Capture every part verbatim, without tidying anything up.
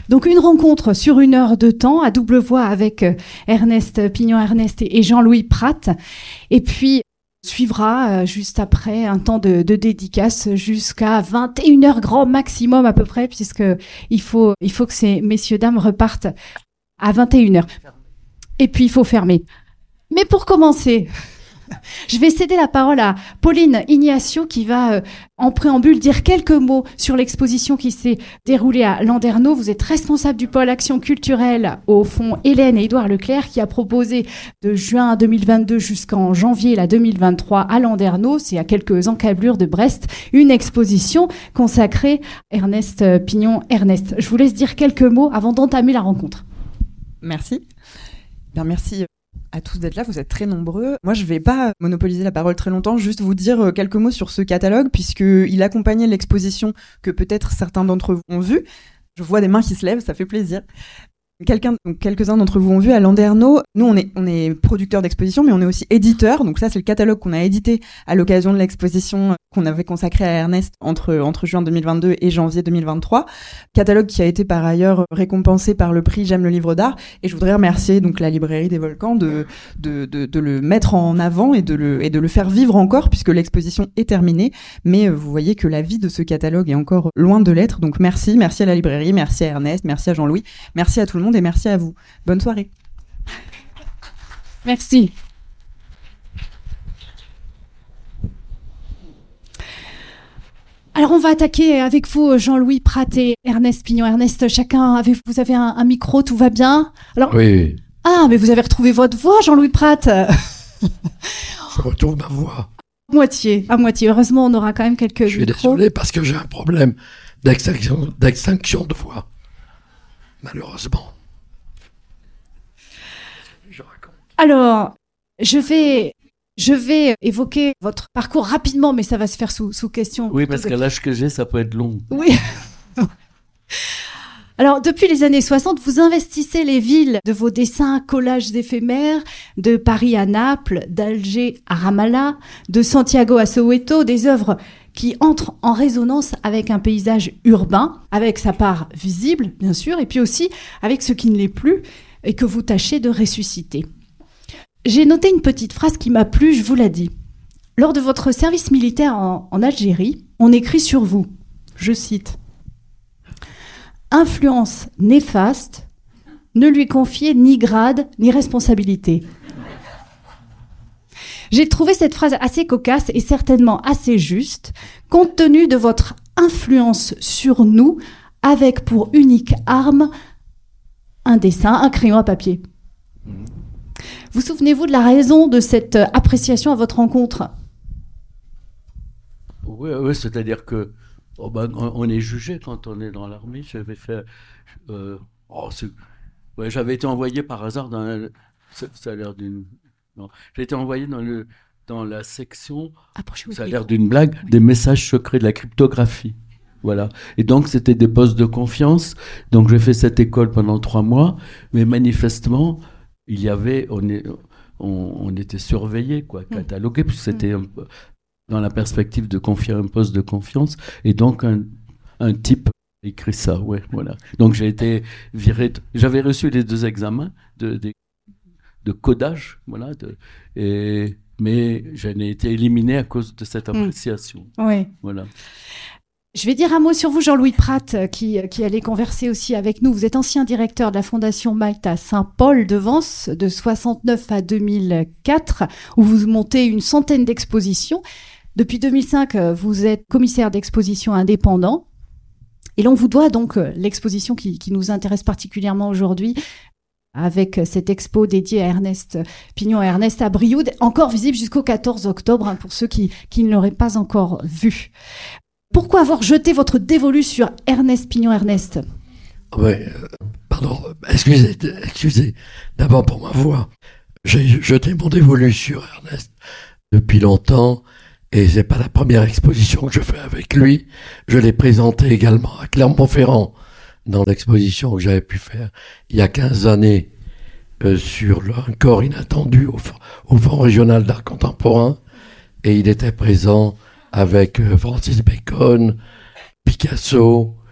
Donc une rencontre sur une heure de temps à double voix avec Ernest Pignon-Ernest et Jean-Louis Prat. Et puis suivra euh, juste après un temps de, de dédicace jusqu'à vingt et une heures grand maximum à peu près, puisque il faut, il faut que ces messieurs dames repartent à vingt et une heures. Et puis il faut fermer. Mais pour commencer, je vais céder la parole à Pauline Ignacio qui va, euh, en préambule, dire quelques mots sur l'exposition qui s'est déroulée à Landerneau. Vous êtes responsable du pôle action culturelle au fond Hélène et Édouard Leclerc qui a proposé de juin deux mille vingt-deux jusqu'en janvier là, deux mille vingt-trois à Landerneau, c'est à quelques encablures de Brest, une exposition consacrée à Ernest Pignon-Ernest. Je vous laisse dire quelques mots avant d'entamer la rencontre. Merci. Bien, merci à tous d'être là, vous êtes très nombreux. Moi, je ne vais pas monopoliser la parole très longtemps, juste vous dire quelques mots sur ce catalogue, puisqu'il accompagnait l'exposition que peut-être certains d'entre vous ont vue. Je vois des mains qui se lèvent, ça fait plaisir. Quelqu'un, donc quelques-uns d'entre vous ont vu à Landerneau. Nous, on est, on est producteurs d'exposition, mais on est aussi éditeurs. Donc ça, c'est le catalogue qu'on a édité à l'occasion de l'exposition qu'on avait consacrée à Ernest entre, entre juin deux mille vingt-deux et janvier deux mille vingt-trois. Catalogue qui a été par ailleurs récompensé par le prix J'aime le livre d'art. Et je voudrais remercier donc la librairie des Volcans de, de, de, de le mettre en avant et de le, et de le faire vivre encore, puisque l'exposition est terminée. Mais vous voyez que la vie de ce catalogue est encore loin de l'être. Donc merci, merci à la librairie, merci à Ernest, merci à Jean-Louis, merci à tout le monde. Et merci à vous. Bonne soirée. Merci. Alors, on va attaquer avec vous, Jean-Louis Prat et Ernest Pignon-Ernest. Chacun, avez, vous avez un, un micro, tout va bien? Alors, oui. Ah, mais vous avez retrouvé votre voix, Jean-Louis Prat. Je retrouve ma voix. À moitié, à moitié. Heureusement, on aura quand même quelques Je suis micros. désolé parce que j'ai un problème d'extinction, d'extinction de voix. Malheureusement. Alors, je vais, je vais évoquer votre parcours rapidement, mais ça va se faire sous, sous question. Oui, parce qu'à l'âge que j'ai, ça peut être long. Oui. Alors, depuis les années soixante, vous investissez les villes de vos dessins, collages éphémères, de Paris à Naples, d'Alger à Ramallah, de Santiago à Soweto, des œuvres qui entrent en résonance avec un paysage urbain, avec sa part visible, bien sûr, et puis aussi avec ce qui ne l'est plus et que vous tâchez de ressusciter. J'ai noté une petite phrase qui m'a plu, je vous la dis. Lors de votre service militaire en, en Algérie, on écrit sur vous, je cite, « Influence néfaste, ne lui confiez ni grade ni responsabilité. » J'ai trouvé cette phrase assez cocasse et certainement assez juste, compte tenu de votre influence sur nous, avec pour unique arme un dessin, un crayon à papier. Vous souvenez-vous de la raison de cette appréciation à votre rencontre? Oui, oui, c'est-à-dire que oh ben, on est jugé quand on est dans l'armée. J'avais fait, euh, oh, ouais, j'avais été envoyé par hasard dans, la, ça, ça a l'air d'une, non, j'ai été envoyé dans le dans la section, ça a l'air d'une blague, oui. Des messages secrets de la cryptographie. Voilà. Et donc, c'était des postes de confiance. Donc, j'ai fait cette école pendant trois mois, mais manifestement, il y avait, on, est, on, on était surveillés, quoi, catalogués, puisque c'était un, dans la perspective de confier un poste de confiance. Et donc, un, un type a écrit ça, ouais, voilà. Donc, j'ai été viré. De, j'avais reçu les deux examens de, de, de codage, voilà, de, et, mais j'en ai été éliminé à cause de cette appréciation. Mmh. Oui. Voilà. Je vais dire un mot sur vous, Jean-Louis Prat, qui, qui allait converser aussi avec nous. Vous êtes ancien directeur de la Fondation Malte à Saint-Paul de Vence, de soixante-neuf à deux mille quatre, où vous montez une centaine d'expositions. Depuis deux mille cinq, vous êtes commissaire d'exposition indépendant. Et l'on vous doit donc l'exposition qui, qui nous intéresse particulièrement aujourd'hui, avec cette expo dédiée à Ernest Pignon-Ernest à Brioude, encore visible jusqu'au quatorze octobre, hein, pour ceux qui, qui ne l'auraient pas encore vu. Pourquoi avoir jeté votre dévolu sur Ernest Pignon-Ernest? Oui, euh, pardon, excusez, excusez, d'abord pour ma voix. J'ai jeté mon dévolu sur Ernest depuis longtemps, et c'est pas la première exposition que je fais avec lui. Je l'ai présenté également à Clermont-Ferrand, dans l'exposition que j'avais pu faire il y a quinze années, euh, sur le, un corps inattendu au, au Fonds régional d'art contemporain, et il était présent avec Francis Bacon, Picasso,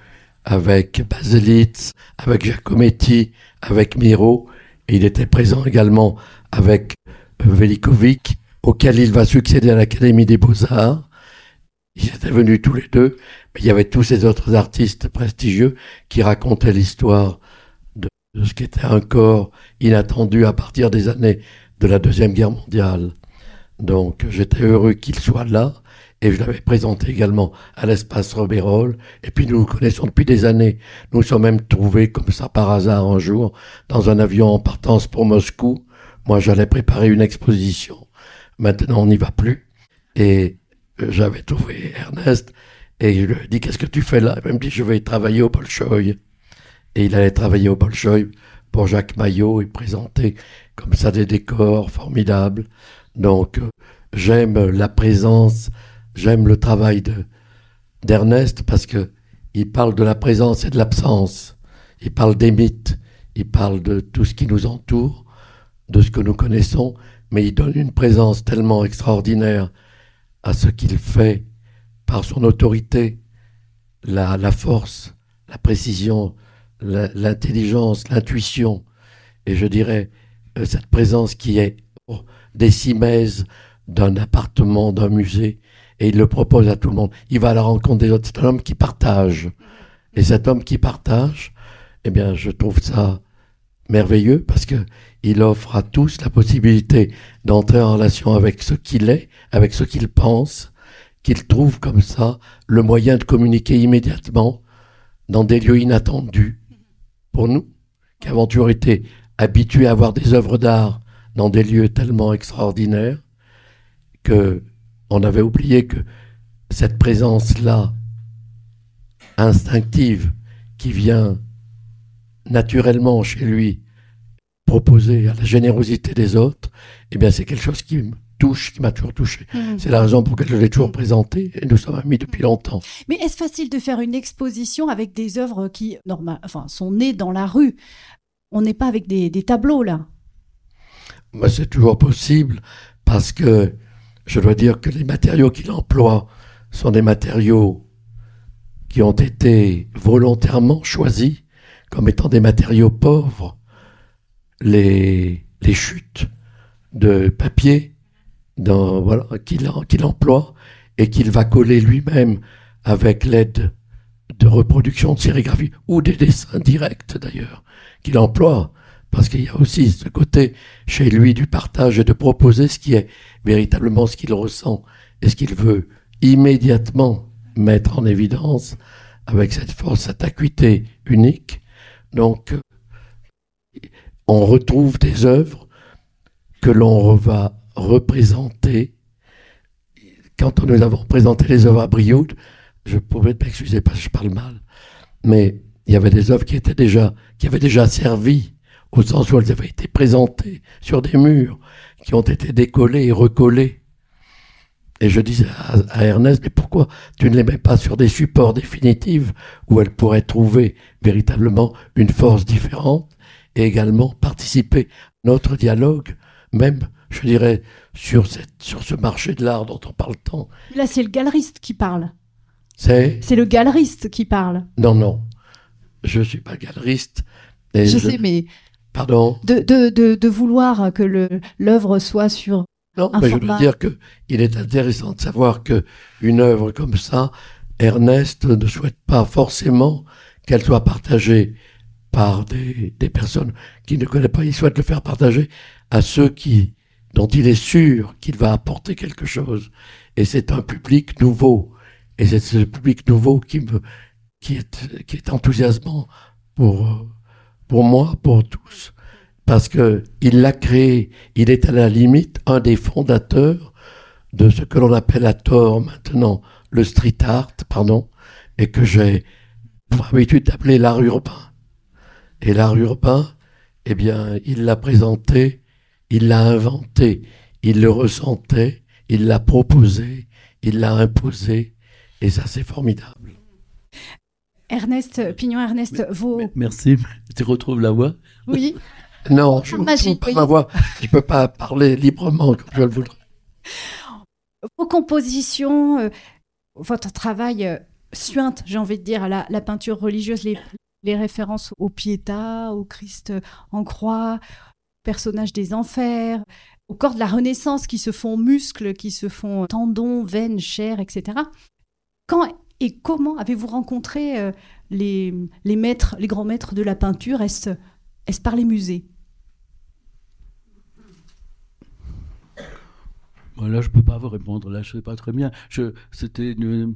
avec Baselitz, avec Giacometti, avec Miro. Et il était présent également avec Velikovic, auquel il va succéder à l'Académie des Beaux-Arts. Ils étaient venus tous les deux, mais il y avait tous ces autres artistes prestigieux qui racontaient l'histoire de, de ce qu'était un corps inattendu à partir des années de la Deuxième Guerre mondiale. Donc j'étais heureux qu'il soit là, et je l'avais présenté également à l'Espace Robérol. Et puis nous nous connaissons depuis des années. Nous nous sommes même trouvés comme ça par hasard un jour dans un avion en partance pour Moscou. Moi j'allais préparer une exposition. Maintenant on n'y va plus. Et j'avais trouvé Ernest et je lui ai dit qu'est-ce que tu fais là? Il m'a dit je vais travailler au Bolchoï. Et il allait travailler au Bolchoï pour Jacques Maillot et présenter comme ça des décors formidables. Donc j'aime la présence, j'aime le travail de, d'Ernest parce que il parle de la présence et de l'absence. Il parle des mythes, il parle de tout ce qui nous entoure, de ce que nous connaissons, mais il donne une présence tellement extraordinaire à ce qu'il fait par son autorité, la, la force, la précision, la, l'intelligence, l'intuition, et je dirais euh, cette présence qui est des cimaises d'un appartement, d'un musée, et il le propose à tout le monde. Il va à la rencontre des autres. C'est un homme qui partage. Et cet homme qui partage, eh bien, je trouve ça merveilleux parce que il offre à tous la possibilité d'entrer en relation avec ce qu'il est, avec ce qu'il pense, qu'il trouve comme ça le moyen de communiquer immédiatement dans des lieux inattendus. Pour nous, qui avons toujours été habitués à voir des œuvres d'art dans des lieux tellement extraordinaires, que on avait oublié que cette présence-là, instinctive, qui vient naturellement chez lui, proposer à la générosité des autres, eh bien c'est quelque chose qui me touche, qui m'a toujours touché. Mmh. C'est la raison pour laquelle je l'ai toujours présenté, et nous sommes amis depuis longtemps. Mais est-ce facile de faire une exposition avec des œuvres qui normal, enfin, sont nées dans la rue? On n'est pas avec des, des tableaux, là. Ben, c'est toujours possible, parce que je dois dire que les matériaux qu'il emploie sont des matériaux qui ont été volontairement choisis comme étant des matériaux pauvres. Les, les chutes de papier dans, voilà, qu'il, qu'il emploie et qu'il va coller lui-même avec l'aide de reproduction de sérigraphie ou des dessins directs d'ailleurs qu'il emploie, parce qu'il y a aussi ce côté chez lui du partage et de proposer ce qui est véritablement ce qu'il ressent et ce qu'il veut immédiatement mettre en évidence avec cette force, cette acuité unique. Donc on retrouve des œuvres que l'on va représenter. Quand nous avons présenté les œuvres à Brioude, je pouvais m'excuser parce que je parle mal, mais il y avait des œuvres qui étaient déjà, qui avaient déjà servi, au sens où elles avaient été présentées sur des murs, qui ont été décollées et recollées. Et je disais à, à Ernest, mais pourquoi tu ne les mets pas sur des supports définitifs où elles pourraient trouver véritablement une force différente et également participer à notre dialogue, même, je dirais, sur, cette, sur ce marché de l'art dont on parle tant. Là, c'est le galeriste qui parle. C'est C'est le galeriste qui parle. Non, non. Je ne suis pas galeriste. Et je, je sais, mais... Pardon de, de, de, de vouloir que le, l'œuvre soit sur non, un mais format... je veux dire qu'il est intéressant de savoir qu'une œuvre comme ça, Ernest ne souhaite pas forcément qu'elle soit partagée par des, des personnes qui ne connaissent pas. Il souhaite le faire partager à ceux qui, dont il est sûr qu'il va apporter quelque chose. Et c'est un public nouveau. Et c'est ce public nouveau qui, me, qui, est, qui est enthousiasmant pour, pour moi, pour tous. Parce que il l'a créé. Il est à la limite un des fondateurs de ce que l'on appelle à tort maintenant le street art, pardon, et que j'ai pour habitude d'appeler l'art urbain. Et l'art urbain, eh bien, il l'a présenté, il l'a inventé, il le ressentait, il l'a proposé, il l'a imposé, et ça, c'est formidable. Ernest, Pignon Ernest, vos... Merci, tu retrouves la voix? Oui. Non, je ne retrouve pas ma voix, je ne peux pas parler librement comme je le voudrais. Vos compositions, euh, votre travail... Euh, suinte, j'ai envie de dire, la, la peinture religieuse, les, les références au Pietà, au Christ en croix, au personnage des enfers, au corps de la Renaissance qui se font muscles, qui se font tendons, veines, chair, et cetera. Quand et comment avez-vous rencontré euh, les, les maîtres, les grands maîtres de la peinture? Est-ce, est-ce par les musées? Là, je ne peux pas vous répondre. Là, je ne sais pas très bien. Je, c'était une...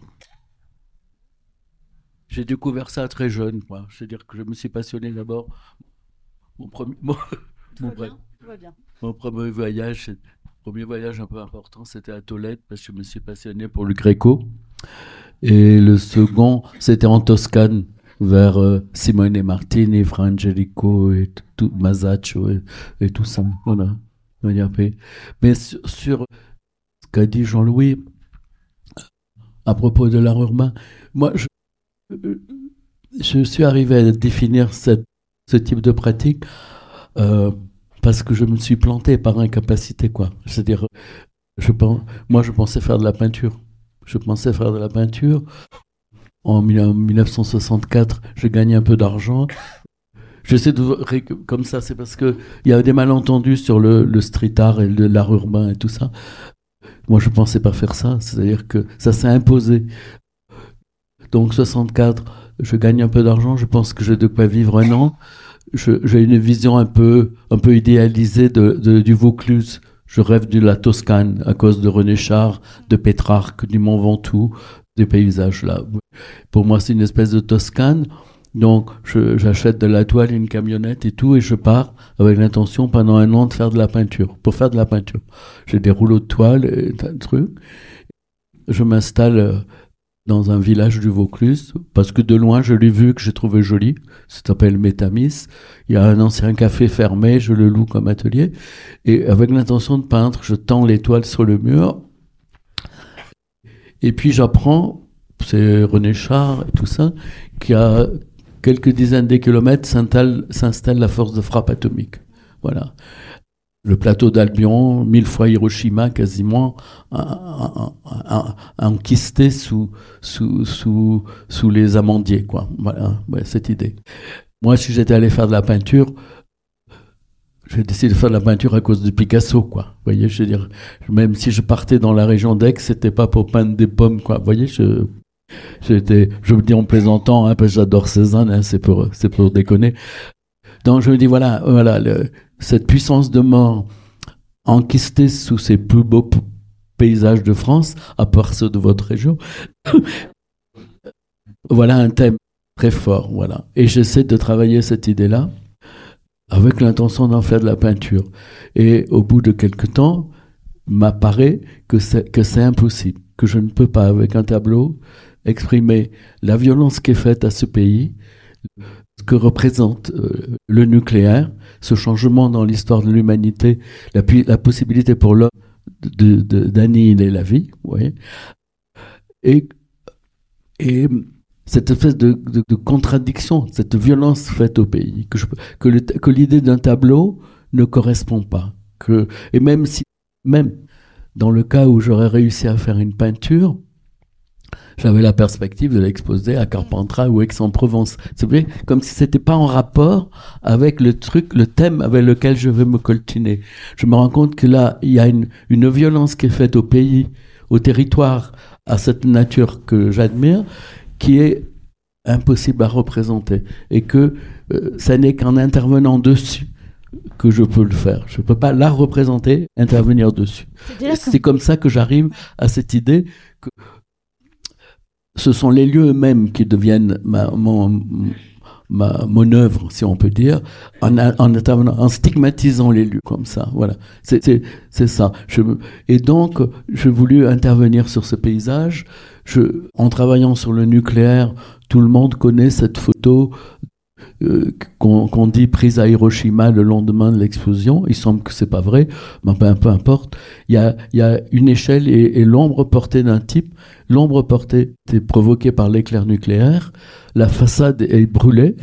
J'ai découvert ça très jeune, quoi. C'est-à-dire que je me suis passionné d'abord. Mon premier, mon, Tout mon, va bien, tout va bien. Mon premier voyage, c'est... premier voyage un peu important, c'était à Tolède parce que je me suis passionné pour le Gréco. Et le second, c'était en Toscane, vers euh, Simone Martini, Fra Angelico, et tout, Masaccio et, et tout ça. Voilà. Mais sur, sur ce qu'a dit Jean-Louis à propos de l'art urbain, moi, je, je suis arrivé à définir cette, ce type de pratique euh, parce que je me suis planté par incapacité, quoi. C'est-à-dire, je pense, moi, je pensais faire de la peinture. Je pensais faire de la peinture. En dix-neuf cent soixante-quatre, je gagnais un peu d'argent. J'essaie de... Comme ça, c'est parce qu'il y a des malentendus sur le, le street art et le, l'art urbain et tout ça. Moi, je ne pensais pas faire ça. C'est-à-dire que ça s'est imposé. Donc, soixante-quatre, je gagne un peu d'argent. Je pense que j'ai de quoi vivre un an. Je, j'ai une vision un peu, un peu idéalisée de, de, du Vaucluse. Je rêve de la Toscane à cause de René Char, de Pétrarque, du Mont Ventoux, des paysages là. Pour moi, c'est une espèce de Toscane. Donc, je, j'achète de la toile, une camionnette et tout, et je pars avec l'intention pendant un an de faire de la peinture. Pour faire de la peinture, j'ai des rouleaux de toile et tas de trucs. Je m'installe dans un village du Vaucluse parce que de loin, je l'ai vu que j'ai trouvé joli. Ça s'appelle Métamis. Il y a un ancien café fermé, je le loue comme atelier. Et avec l'intention de peindre, je tends les toiles sur le mur. Et puis j'apprends, c'est René Char et tout ça, qui a quelques dizaines de kilomètres s'installe, s'installe la force de frappe atomique. Voilà. Le plateau d'Albion, mille fois Hiroshima, quasiment enquisté sous, sous, sous, sous les amandiers, quoi. Voilà, ouais, cette idée. Moi, si j'étais allé faire de la peinture, j'ai décidé de faire de la peinture à cause de Picasso, quoi. Vous voyez, je veux dire, même si je partais dans la région d'Aix, c'était pas pour peindre des pommes, quoi. Vous voyez, je... J'étais, je me dis en plaisantant, hein, parce que j'adore Cézanne, hein, c'est pour, c'est pour déconner. Donc je me dis voilà, voilà, le, cette puissance de mort enquistée sous ces plus beaux p- paysages de France, à part ceux de votre région. Voilà un thème très fort, voilà. Et j'essaie de travailler cette idée-là avec l'intention d'en faire de la peinture. Et au bout de quelque temps, m'apparaît que c'est, que c'est impossible, que je ne peux pas avec un tableau exprimer la violence qui est faite à ce pays, ce que représente euh, le nucléaire, ce changement dans l'histoire de l'humanité, la, la possibilité pour l'homme de, de, d'annihiler la vie, vous voyez, et, et cette espèce de, de, de contradiction, cette violence faite au pays, que, je, que, le, que l'idée d'un tableau ne correspond pas. Que, et même si, même dans le cas où j'aurais réussi à faire une peinture, j'avais la perspective de l'exposer à Carpentras ou Aix-en-Provence. C'est vrai, comme si c'était pas en rapport avec le truc, le thème avec lequel je veux me coltiner. Je me rends compte que là, il y a une, une violence qui est faite au pays, au territoire, à cette nature que j'admire, qui est impossible à représenter. Et que euh, ça n'est qu'en intervenant dessus que je peux le faire. Je ne peux pas la représenter, intervenir dessus. C'est, C'est comme ça que j'arrive à cette idée que ce sont les lieux eux-mêmes qui deviennent ma, mon, ma, mon œuvre, si on peut dire, en, en, en stigmatisant les lieux comme ça. Voilà, c'est, c'est, c'est ça. Je, et donc, j'ai voulu intervenir sur ce paysage. Je, en travaillant sur le nucléaire, tout le monde connaît cette photo euh, qu'on, qu'on dit prise à Hiroshima le lendemain de l'explosion. Il semble que c'est pas vrai, mais peu, peu importe. Il y a, il y a une échelle et, et l'ombre portée d'un type. L'ombre portée est provoquée par l'éclair nucléaire. La façade est brûlée, les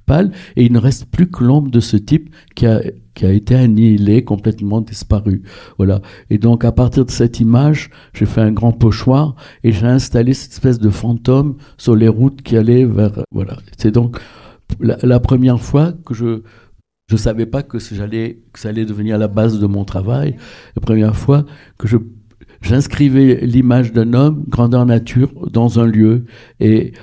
principal, et il ne reste plus que l'ombre de ce type qui a, qui a été annihilé, complètement disparu. Voilà. Et donc, à partir de cette image, j'ai fait un grand pochoir et j'ai installé cette espèce de fantôme sur les routes qui allaient vers... Voilà. C'est donc la, la première fois que je... Je savais pas que, j'allais, que ça allait devenir la base de mon travail. La première fois que je, j'inscrivais l'image d'un homme, grandeur nature, dans un lieu, et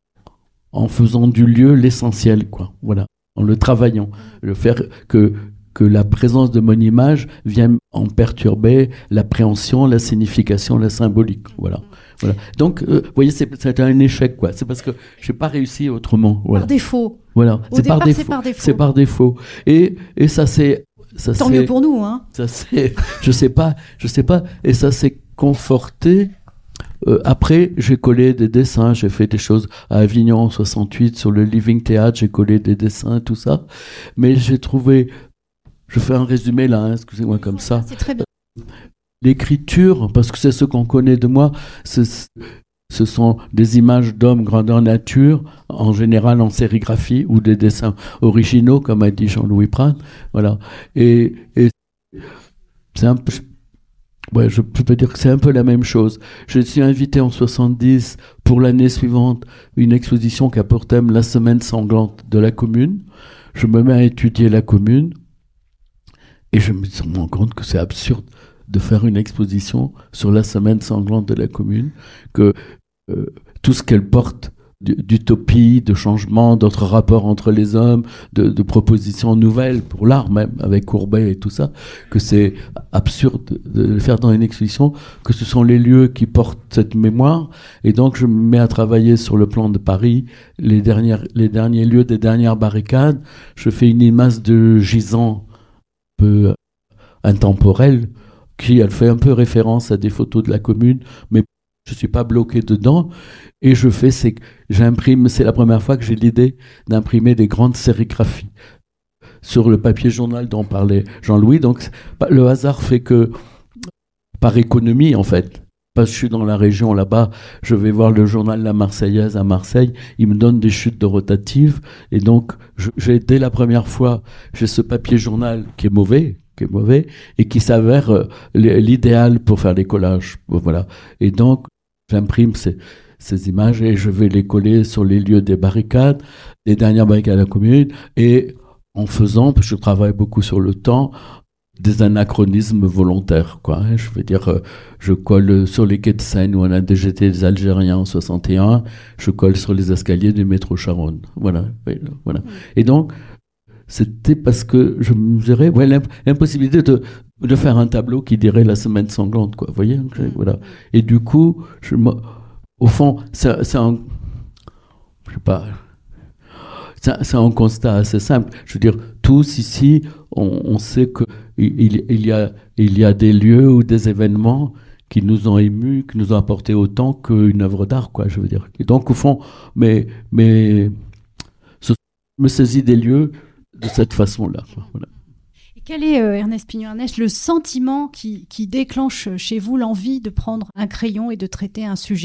en faisant du lieu l'essentiel, quoi. Voilà. En le travaillant. Le faire que, que la présence de mon image vienne en perturber l'appréhension, la signification, la symbolique. Voilà. Voilà. Donc, euh, vous voyez, c'est, c'est un échec, quoi. C'est parce que je n'ai pas réussi autrement. Voilà. Par défaut. Voilà. Au c'est, départ, par défaut. c'est par défaut. C'est par défaut. Et, et ça, c'est... Ça, Tant c'est, mieux pour nous, hein. Ça, c'est... Je sais pas, je sais pas. Et ça s'est conforté. Euh, après, j'ai collé des dessins. J'ai fait des choses à Avignon en soixante-huit, sur le Living Theatre. J'ai collé des dessins, tout ça. Mais j'ai trouvé... Je fais un résumé, là, hein, excusez-moi, comme ça. C'est très bien. L'écriture, parce que c'est ce qu'on connaît de moi, c'est, ce sont des images d'hommes grandeur nature, en général en sérigraphie, ou des dessins originaux, comme a dit Jean-Louis Prat. Voilà. Et, et c'est un peu, ouais, je peux dire que c'est un peu la même chose. Je suis invité en soixante-dix pour l'année suivante, une exposition qui a pour thème la semaine sanglante de la commune. Je me mets à étudier la commune, et je me rends compte que c'est absurde de faire une exposition sur la semaine sanglante de la commune, que euh, tout ce qu'elle porte d'utopie, de changement, d'autres rapports entre les hommes, de, de propositions nouvelles pour l'art même, avec Courbet et tout ça, que c'est absurde de le faire dans une exposition, que ce sont les lieux qui portent cette mémoire, et donc je me mets à travailler sur le plan de Paris, les, dernières, les derniers lieux des dernières barricades. Je fais une image de gisant un peu intemporelle, qui elle fait un peu référence à des photos de la commune, mais je ne suis pas bloqué dedans. Et je fais, c'est j'imprime, c'est la première fois que j'ai l'idée d'imprimer des grandes sérigraphies sur le papier journal dont parlait Jean-Louis. Donc le hasard fait que, par économie en fait, parce que je suis dans la région là-bas, je vais voir le journal La Marseillaise à Marseille, il me donne des chutes de rotatives, et donc je, j'ai, dès la première fois, j'ai ce papier journal qui est mauvais, qui est mauvais, et qui s'avère euh, l'idéal pour faire des collages. Voilà. Et donc, j'imprime ces, ces images et je vais les coller sur les lieux des barricades, des dernières barricades de la commune, et en faisant, parce que je travaille beaucoup sur le temps, des anachronismes volontaires, quoi. Hein. Je veux dire, euh, je colle sur les quais de Seine où on a déjeté des Algériens en soixante et un, je colle sur les escaliers du métro Charonne. Voilà. Voilà. Et donc, c'était parce que je mesurais ouais, l'impossibilité de, de faire un tableau qui dirait la semaine sanglante, quoi. Vous voyez, voilà. Et du coup, je, au fond, c'est, c'est un, je sais pas, c'est, c'est un constat assez simple. Je veux dire, tous ici, on, on sait que il, il y a, il y a des lieux ou des événements qui nous ont émus, qui nous ont apporté autant qu'une œuvre d'art, quoi. Je veux dire. Et donc, au fond, mais, mais, je me saisis des lieux de cette façon-là. Voilà. Et quel est, euh, Ernest Pignon-Ernest, le sentiment qui, qui déclenche chez vous l'envie de prendre un crayon et de traiter un sujet ?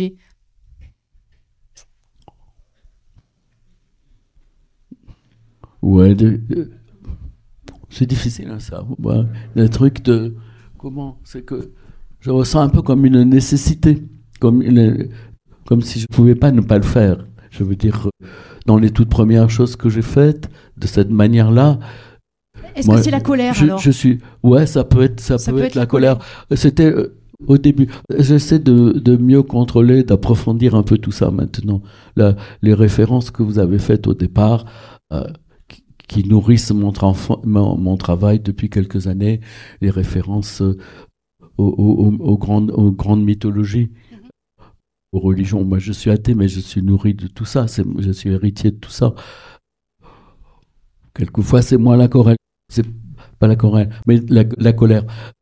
Ouais, de, de, c'est difficile, hein, ça. Ouais, le truc de... Comment ? C'est que je ressens un peu comme une nécessité, comme, une, comme si je ne pouvais pas ne pas le faire. Je veux dire, dans les toutes premières choses que j'ai faites, de cette manière-là. Est-ce moi, que c'est la colère, je, alors ? Je suis, ouais, ça peut être, ça, ça peut, peut être, être la colère. colère. C'était euh, au début. J'essaie de, de mieux contrôler, d'approfondir un peu tout ça maintenant. La, les références que vous avez faites au départ, euh, qui, qui nourrissent mon, tra- mon, mon travail depuis quelques années, les références euh, aux, aux, aux, grandes, aux grandes mythologies. Aux religions. Moi, je suis athée, mais je suis nourri de tout ça. C'est, je suis héritier de tout ça. Quelquefois, c'est moins la colère. C'est pas la colère, mais la, la colère.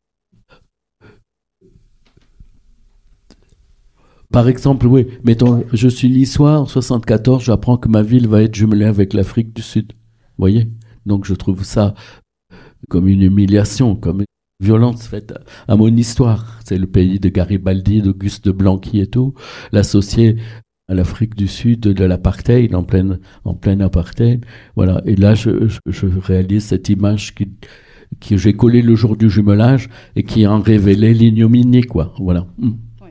Par exemple, oui, mettons, je suis niçois, en soixante-quatorze, j'apprends que ma ville va être jumelée avec l'Afrique du Sud. Vous voyez ? Donc, je trouve ça comme une humiliation, comme une violence faite à mon histoire. C'est le pays de Garibaldi, d'Auguste de Blanqui et tout. L'associer à l'Afrique du Sud de l'apartheid, en pleine, en pleine apartheid. Voilà. Et là, je, je, je réalise cette image qui, que j'ai collée le jour du jumelage et qui en révélait l'ignominie, quoi. Voilà. Oui.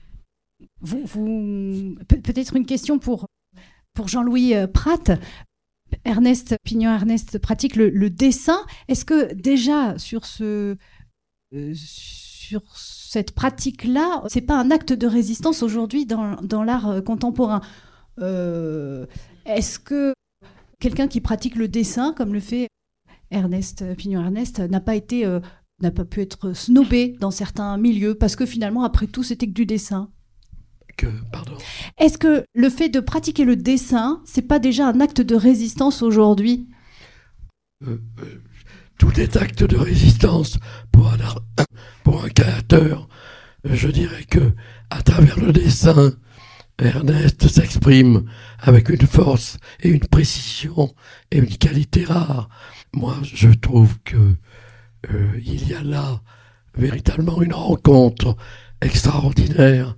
Vous, vous, peut-être une question pour, pour Jean-Louis Prat. Ernest Pignon-Ernest pratique le, le dessin. Est-ce que déjà sur ce, euh, sur cette pratique-là, c'est pas un acte de résistance aujourd'hui dans, dans l'art contemporain? euh, Est-ce que quelqu'un qui pratique le dessin, comme le fait Ernest Pignon-Ernest, n'a pas été, euh, n'a pas pu être snobé dans certains milieux parce que finalement, après tout, c'était que du dessin? Que, pardon. Est-ce que le fait de pratiquer le dessin, c'est pas déjà un acte de résistance aujourd'hui? euh, euh, Tout est acte de résistance pour un, art, pour un créateur. Je dirais que à travers le dessin, Ernest s'exprime avec une force et une précision et une qualité rare. Moi, je trouve que euh, il y a là véritablement une rencontre extraordinaire.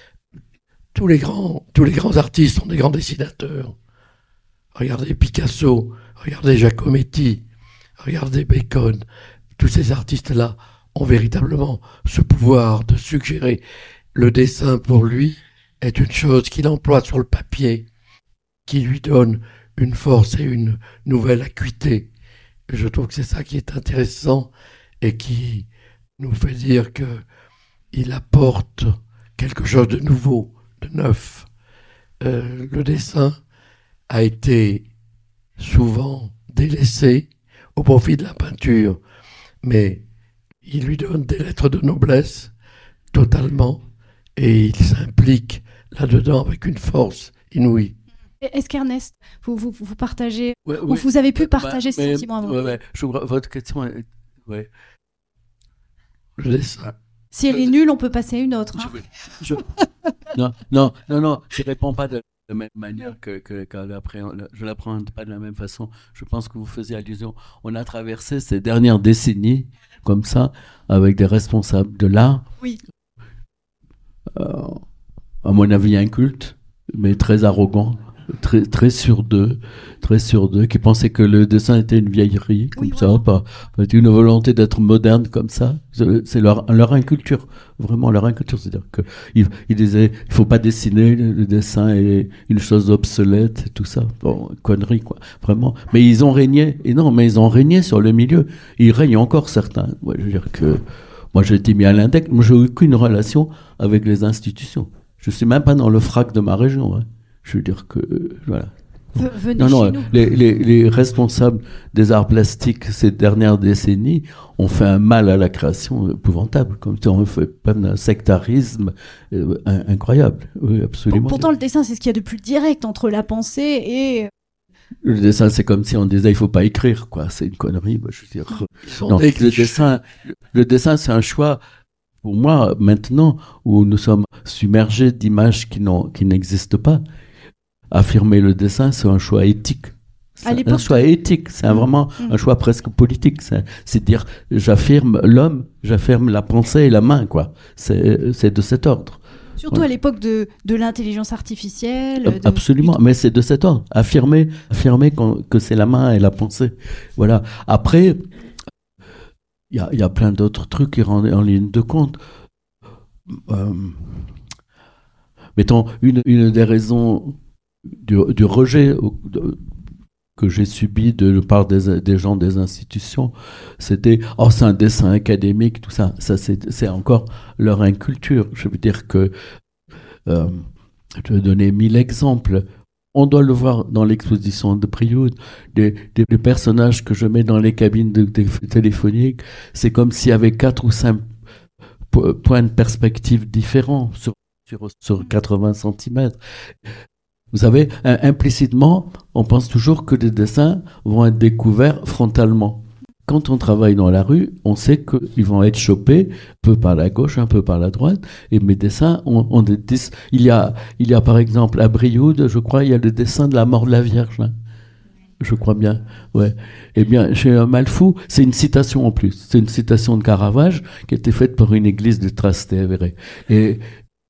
Tous les grands, tous les grands artistes sont des grands dessinateurs. Regardez Picasso, regardez Giacometti, regardez Bacon. Tous ces artistes-là ont véritablement ce pouvoir de suggérer. Le dessin, pour lui, est une chose qu'il emploie sur le papier, qui lui donne une force et une nouvelle acuité. Je trouve que c'est ça qui est intéressant et qui nous fait dire que il apporte quelque chose de nouveau, de neuf. Euh, le dessin a été souvent délaissé au profit de la peinture, mais il lui donne des lettres de noblesse totalement et il s'implique là-dedans avec une force inouïe. Est-ce qu'Ernest, vous, vous, vous partagez, ouais, ou ouais. vous avez pu partager bah, ce mais, sentiment avant? Ouais, ouais. Je, votre question est... Ouais. Le dessin. Si elle est nulle, on peut passer à une autre. Hein. Je, je, non, non, non, non, je ne réponds pas de la même manière que, que, que je ne l'apprends pas de la même façon. Je pense que vous faisiez allusion. On a traversé ces dernières décennies comme ça, avec des responsables de l'art. Oui. Euh, à mon avis, incultes, mais très arrogants. Très, très sûrs d'eux, très sûrs d'eux, qui pensaient que le dessin était une vieillerie, comme oui, ça, voilà. pas, pas une volonté d'être moderne comme ça. C'est leur, leur inculture, vraiment leur inculture. C'est-à-dire qu'ils ils disaient, il faut pas dessiner, le, le dessin est une chose obsolète, et tout ça. Bon, connerie, quoi, vraiment. Mais ils ont régné, et non, mais ils ont régné sur le milieu. Ils règnent encore certains. Ouais, je veux dire que, moi j'ai été mis à l'index, moi j'ai aucune relation avec les institutions. Je suis même pas dans le frac de ma région, hein. Je veux dire que, euh, voilà. Venez non, non, chez nous. Les, les, les responsables des arts plastiques ces dernières décennies ont fait un mal à la création épouvantable. Comme ça, on fait un sectarisme euh, incroyable. Oui, absolument. Pourtant, le dessin, c'est ce qu'il y a de plus direct entre la pensée et... Le dessin, c'est comme si on disait il faut pas écrire, quoi. C'est une connerie. Bah, je veux dire. Non, le dessin, le dessin, c'est un choix. Pour moi, maintenant, où nous sommes submergés d'images qui n'ont, qui n'existent pas. Affirmer le dessin, c'est un choix éthique. C'est un choix éthique, c'est mmh. vraiment mmh. un choix presque politique. C'est, c'est dire, j'affirme l'homme, j'affirme la pensée et la main, quoi. C'est, c'est de cet ordre. Surtout ouais. à l'époque de, de l'intelligence artificielle. De... Absolument, mais c'est de cet ordre. Affirmer, affirmer que c'est la main et la pensée. Voilà. Après, il y a, y a plein d'autres trucs qui rendent en ligne de compte. Euh, mettons, une, une des raisons Du, du rejet de, que j'ai subi de, de part des, des gens des institutions, c'était « Oh, c'est un dessin académique, tout ça. » Ça, c'est, c'est encore leur inculture. Je veux dire que... Euh, je vais donner mille exemples. On doit le voir dans l'exposition de Brioude. Des, des, des personnages que je mets dans les cabines de, de, téléphoniques, c'est comme s'il y avait quatre ou cinq po- points de perspective différents sur, sur, sur quatre-vingts centimètres. Vous savez, implicitement, on pense toujours que les dessins vont être découverts frontalement. Quand on travaille dans la rue, on sait qu'ils vont être chopés un peu par la gauche, un peu par la droite. Et mes dessins ont, ont des... Il y a, il y a par exemple à Brioude, je crois, il y a le dessin de la mort de la Vierge. Hein. Je crois bien. Ouais. Eh bien, chez un Malfou, c'est une citation en plus. C'est une citation de Caravage qui a été faite par une église de Trastevere. Et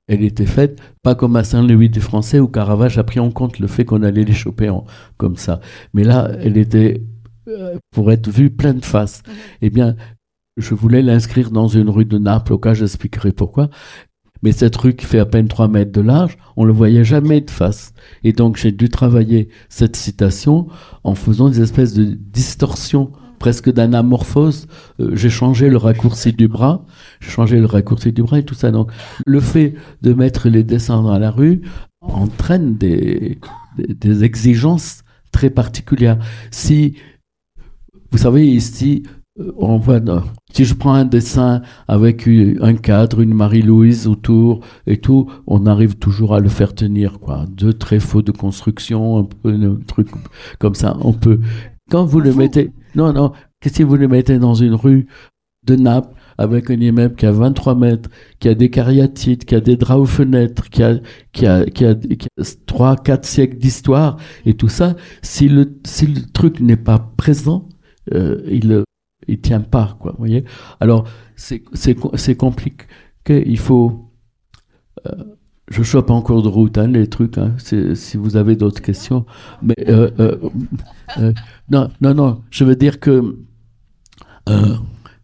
elle était faite pas comme à Saint-Louis du Français où Caravage a pris en compte le fait qu'on allait les choper en, comme ça. Mais là, elle était euh, pour être vue pleine face. Mmh. Eh bien, je voulais l'inscrire dans une rue de Naples, au cas j'expliquerai pourquoi. Mais cette rue qui fait à peine trois mètres de large, on ne le voyait jamais de face. Et donc, j'ai dû travailler cette citation en faisant des espèces de distorsions, presque d'anamorphose. Euh, j'ai changé le raccourci du bras, j'ai changé le raccourci du bras et tout ça. Donc, le fait de mettre les dessins dans la rue entraîne des, des, des exigences très particulières. Si, vous savez, ici, on voit, si je prends un dessin avec un cadre, une Marie-Louise autour et tout, on arrive toujours à le faire tenir, quoi. Deux tréfaux de construction, un peu un truc comme ça. On peut. Quand vous le mettez, non, non, si vous le mettez dans une rue de Naples avec un immeuble qui a vingt-trois mètres, qui a des cariatides, qui a des draps aux fenêtres, qui a, qui a, qui a, qui a trois, quatre siècles d'histoire et tout ça, si le, si le truc n'est pas présent, euh, il il tient pas, quoi, vous voyez. Alors, c'est, c'est, c'est compliqué. Il faut... Euh, je chope encore de route, hein, les trucs, hein, si vous avez d'autres questions. Mais, euh, euh, euh, non, non, non, je veux dire que... Euh,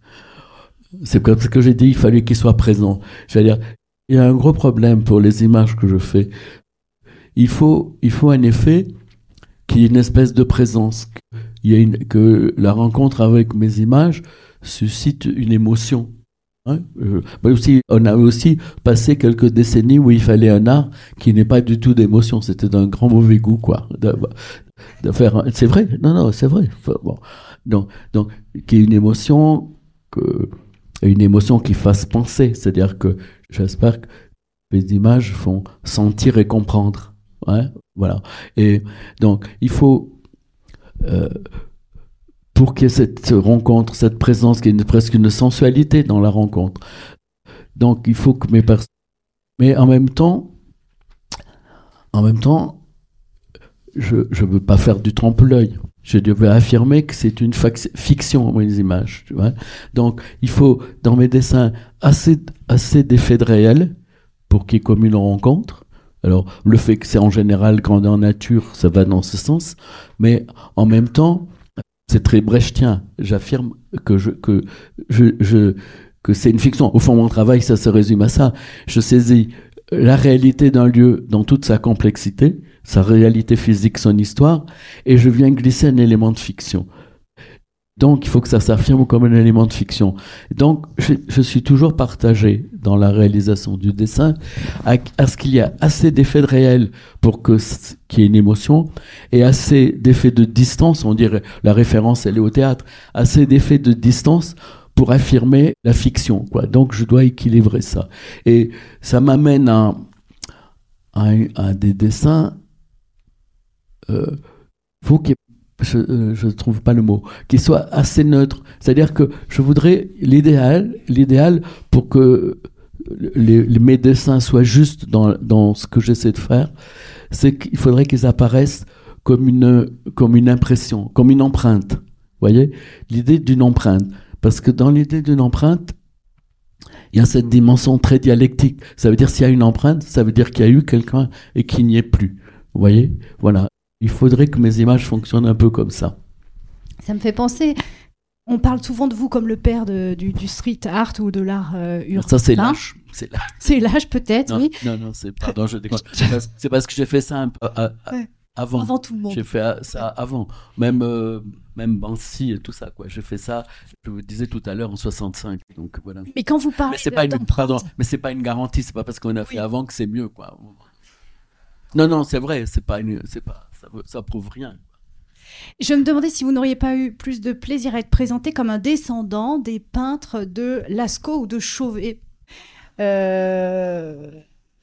c'est comme ce que j'ai dit, il fallait qu'il soit présent. Je veux dire, il y a un gros problème pour les images que je fais. Il faut, il faut en effet qu'il y ait une espèce de présence. Il y a une, que la rencontre avec mes images suscite une émotion. Hein euh, mais aussi, on a aussi passé quelques décennies où il fallait un art qui n'ait pas du tout d'émotion. C'était d'un grand mauvais goût, quoi. De, de faire, c'est vrai, non, non, c'est vrai. Enfin, bon. Donc, donc, qu'il y ait une émotion, que, une émotion qui fasse penser. C'est-à-dire que j'espère que les images font sentir et comprendre. Hein, voilà. Et donc, il faut. Euh, pour qu'il y ait cette rencontre, cette présence, qu'il y ait une, presque une sensualité dans la rencontre. Donc, il faut que mes personnes... Mais en même temps, en même temps, je ne veux pas faire du trompe-l'œil. Je devais affirmer que c'est une fac- fiction, mes images. Tu vois. Donc, il faut, dans mes dessins, assez, assez d'effets de réel pour qu'il y ait comme une rencontre. Alors, le fait que c'est en général grandeur nature, ça va dans ce sens. Mais en même temps, c'est très brechtien. J'affirme que, je, que, je, je, que c'est une fiction. Au fond, mon travail, ça se résume à ça. Je saisis la réalité d'un lieu dans toute sa complexité, sa réalité physique, son histoire, et je viens glisser un élément de fiction. Donc, il faut que ça s'affirme comme un élément de fiction. Donc, je, je suis toujours partagé dans la réalisation du dessin à, à ce qu'il y a assez d'effets de réel pour que, qu'il y ait une émotion et assez d'effets de distance, on dirait, la référence, elle est au théâtre, assez d'effets de distance pour affirmer la fiction, quoi. Donc, je dois équilibrer ça. Et ça m'amène à, à, à des dessins... Euh, faut qu'il y ait je ne trouve pas le mot, qu'il soit assez neutre. C'est-à-dire que je voudrais l'idéal, l'idéal pour que les, les, mes dessins soient justes dans, dans ce que j'essaie de faire, c'est qu'il faudrait qu'ils apparaissent comme une, comme une impression, comme une empreinte. Vous voyez ? L'idée d'une empreinte. Parce que dans l'idée d'une empreinte, il y a cette dimension très dialectique. Ça veut dire s'il y a une empreinte, ça veut dire qu'il y a eu quelqu'un et qu'il n'y est plus. Vous voyez ? Voilà. Il faudrait que mes images fonctionnent un peu comme ça. Ça me fait penser, on parle souvent de vous comme le père de, du, du street art ou de l'art euh, urbain. Ça, c'est l'âge. C'est l'âge, c'est l'âge peut-être, non, oui. Non, non, c'est, pardon, je déconne. C'est parce, c'est parce que j'ai fait ça un peu à, à, ouais. avant. Avant tout le monde. J'ai fait ça avant. Même, euh, même Banksy et tout ça, quoi. J'ai fait ça, je vous disais tout à l'heure, en soixante-cinq. Donc, voilà. Mais quand vous parlez mais c'est pas une, pardon, mais c'est pas une garantie. C'est pas parce qu'on a fait oui. avant que c'est mieux, quoi. Non, non, c'est vrai. C'est pas une... C'est pas... Ça, ça prouve rien. Je me demandais si vous n'auriez pas eu plus de plaisir à être présenté comme un descendant des peintres de Lascaux ou de Chauvet. Euh...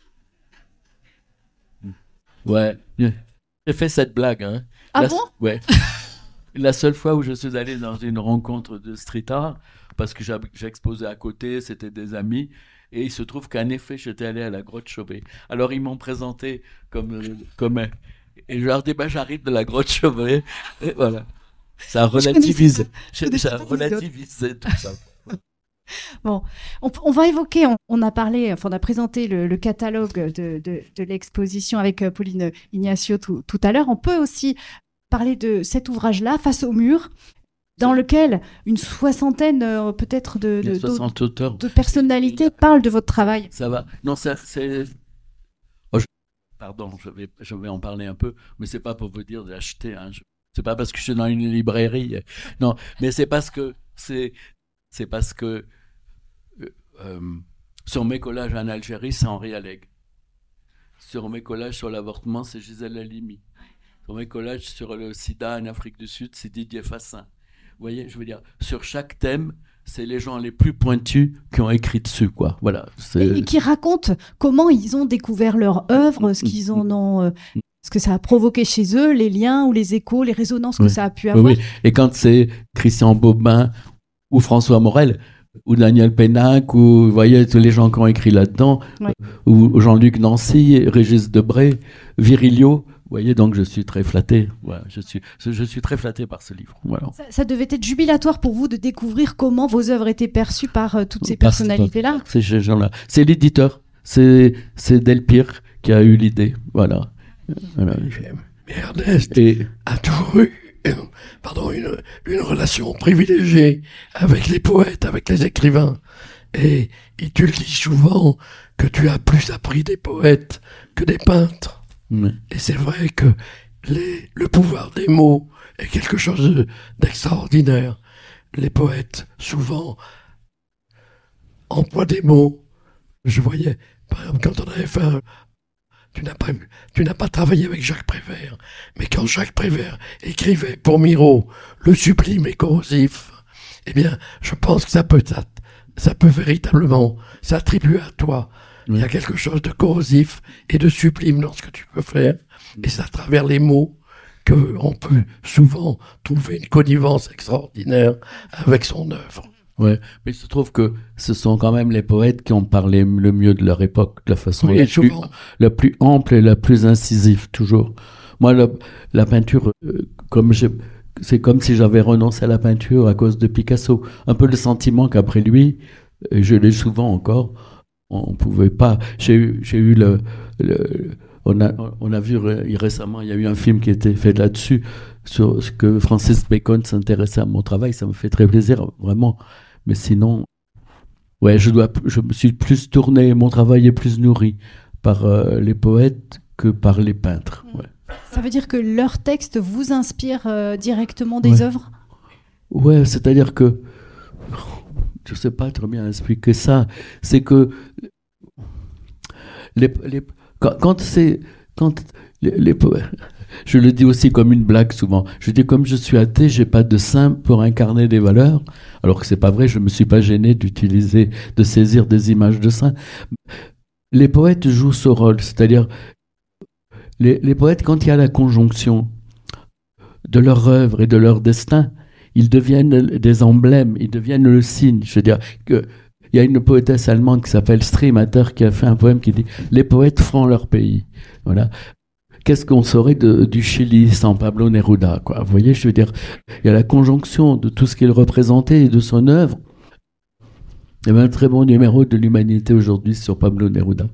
Ouais, j'ai fait cette blague. Hein. Ah La... bon ? Ouais. La seule fois où je suis allé dans une rencontre de street art, parce que j'exposais à côté, c'était des amis, et il se trouve qu'en effet, j'étais allé à la grotte Chauvet. Alors, ils m'ont présenté comme, comme un... Et je leur dis, ben, j'arrive de la grotte Chauvet. Et voilà. Ça relativise. Ça relativise tout ça. Bon, on, on va évoquer, on, on a parlé, enfin on a présenté le, le catalogue de, de, de l'exposition avec euh, Pauline Ignacio tout, tout à l'heure. On peut aussi parler de cet ouvrage-là, Face au mur, dans lequel une soixantaine euh, peut-être de, de, soixante auteurs. de personnalités parlent de votre travail. Ça va. Non, ça, c'est... Oh, je... Pardon, je vais, je vais en parler un peu, mais c'est pas pour vous dire d'acheter. Hein. Je... C'est pas parce que je suis dans une librairie. Non, mais c'est parce que c'est, c'est parce que euh, sur mes collages en Algérie, c'est Henri Alleg. Sur mes collages sur l'avortement, c'est Gisèle Halimi. Sur mes collages sur le sida en Afrique du Sud, c'est Didier Fassin. Vous voyez, je veux dire, sur chaque thème, c'est les gens les plus pointus qui ont écrit dessus, quoi. Voilà. C'est... Et, et qui racontent comment ils ont découvert leur œuvre, ce qu'ils en ont, euh, ce que ça a provoqué chez eux, les liens ou les échos, les résonances que oui. ça a pu avoir. Oui, oui. Et quand c'est Christian Bobin ou François Morel ou Daniel Pénac ou, vous voyez, tous les gens qui ont écrit là-dedans, ouais. ou Jean-Luc Nancy, Régis Debray, Virilio. Vous voyez, donc je suis très flatté. Ouais, je suis, je suis très flatté par ce livre. Voilà. Ça, ça devait être jubilatoire pour vous de découvrir comment vos œuvres étaient perçues par euh, toutes ces personnalités-là. C'est ces gens-là. C'est l'éditeur. C'est, c'est Delpire qui a eu l'idée. Voilà. voilà. Mais Ernest Et... a toujours eu pardon, une, une relation privilégiée avec les poètes, avec les écrivains. Et, et tu le dis souvent que tu as plus appris des poètes que des peintres. Mmh. Et c'est vrai que les, le pouvoir des mots est quelque chose de, d'extraordinaire. Les poètes, souvent, emploient des mots. Je voyais, par exemple, quand on avait fait un... Tu n'as pas, tu n'as pas travaillé avec Jacques Prévert, mais quand Jacques Prévert écrivait pour Miro le sublime et corrosif, eh bien, je pense que ça peut, ça, ça peut véritablement s'attribuer à toi. Mmh. Il y a quelque chose de corrosif et de sublime dans ce que tu peux faire, et c'est à travers les mots qu'on peut souvent trouver une connivence extraordinaire avec son œuvre. Ouais, mais il se trouve que ce sont quand même les poètes qui ont parlé le mieux de leur époque, de la façon oui, la, plus, la plus ample et la plus incisive, toujours. Moi, la, la peinture, euh, comme je, c'est comme si j'avais renoncé à la peinture à cause de Picasso. Un peu le sentiment qu'après lui, et je l'ai souvent encore, on pouvait pas. J'ai eu, j'ai eu le, le on a, on a vu récemment, il y a eu un film qui était fait là-dessus, sur ce que Francis Bacon s'intéressait à mon travail. Ça me fait très plaisir, vraiment. Mais sinon, ouais, je dois, je me suis plus tourné, mon travail est plus nourri par euh, les poètes que par les peintres. Ouais. Ça veut dire que leurs textes vous inspirent euh, directement des ouais. œuvres ? Ouais, c'est-à-dire que, je ne sais pas très bien expliquer ça, c'est que les, les, quand, quand c'est, quand les, les poètes, je le dis aussi comme une blague souvent. Je dis comme je suis athée, j'ai pas de saint pour incarner des valeurs. Alors que c'est pas vrai, je me suis pas gêné d'utiliser, de saisir des images de saints. Les poètes jouent ce rôle, c'est-à-dire les, les poètes, quand il y a la conjonction de leur œuvre et de leur destin, ils deviennent des emblèmes, ils deviennent le signe. Je veux dire que il y a une poétesse allemande qui s'appelle Strimater qui a fait un poème qui dit « Les poètes font leur pays ». Voilà. Qu'est-ce qu'on saurait de, du Chili sans Pablo Neruda, quoi. Vous voyez, je veux dire, il y a la conjonction de tout ce qu'il représentait et de son œuvre. Il y avait un très bon numéro de l'Humanité aujourd'hui sur Pablo Neruda.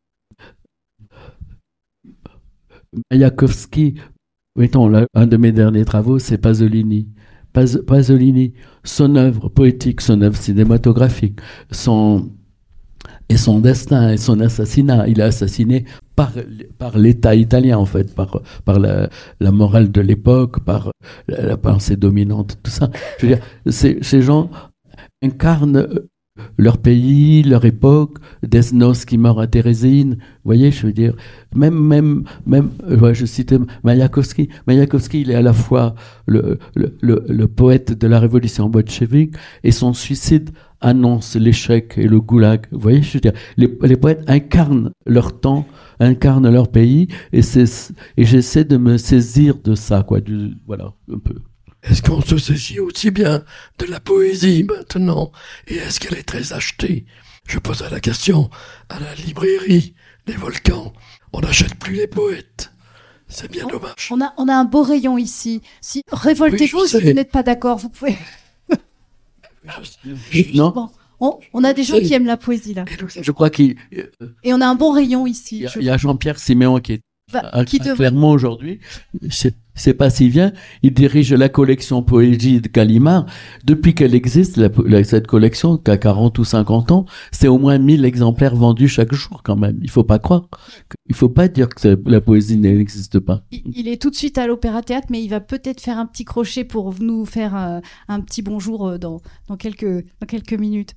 Mayakovsky, mettons, là, un de mes derniers travaux, c'est Pasolini. Pas, Pasolini, son œuvre poétique, son œuvre cinématographique, son... et son destin et son assassinat. Il est assassiné par, par l'État italien, en fait, par, par la, la morale de l'époque, par la, la pensée dominante, tout ça. Je veux dire, ces, ces gens incarnent leur pays, leur époque, Desnos qui meurt à Térésine. Vous voyez, je veux dire, même, même, même, ouais, je citais Mayakovsky. Mayakovsky, il est à la fois le, le, le, le poète de la révolution bolchevique et son suicide annonce l'échec et le goulag. Vous voyez, je veux dire, les, les poètes incarnent leur temps, incarnent leur pays, et, c'est, et j'essaie de me saisir de ça, quoi. Du, voilà, un peu. Est-ce qu'on se saisit aussi bien de la poésie maintenant? Et est-ce qu'elle est très achetée? Je poserai la question à la librairie des Volcans. On n'achète plus les poètes. C'est bien dommage. On a, on a un beau rayon ici. Si, révoltez-vous oui, si vous n'êtes pas d'accord, vous pouvez... Non, bon, On, on a des gens qui aiment la poésie, là. Je crois qu'il... Et on a un bon rayon ici. Il y a, je... il y a Jean-Pierre Siméon qui est Va, à, qui à devrait... Clermont aujourd'hui. Je sais pas s'il vient. Il dirige la collection Poésie de Gallimard. Depuis qu'elle existe, la, la, cette collection, qui a quarante ou cinquante ans, c'est au moins mille exemplaires vendus chaque jour, quand même. Il faut pas croire. Il faut pas dire que la poésie n'existe pas. Il, il est tout de suite à l'Opéra-Théâtre, mais il va peut-être faire un petit crochet pour nous faire euh, un petit bonjour dans, dans, quelques, dans quelques minutes.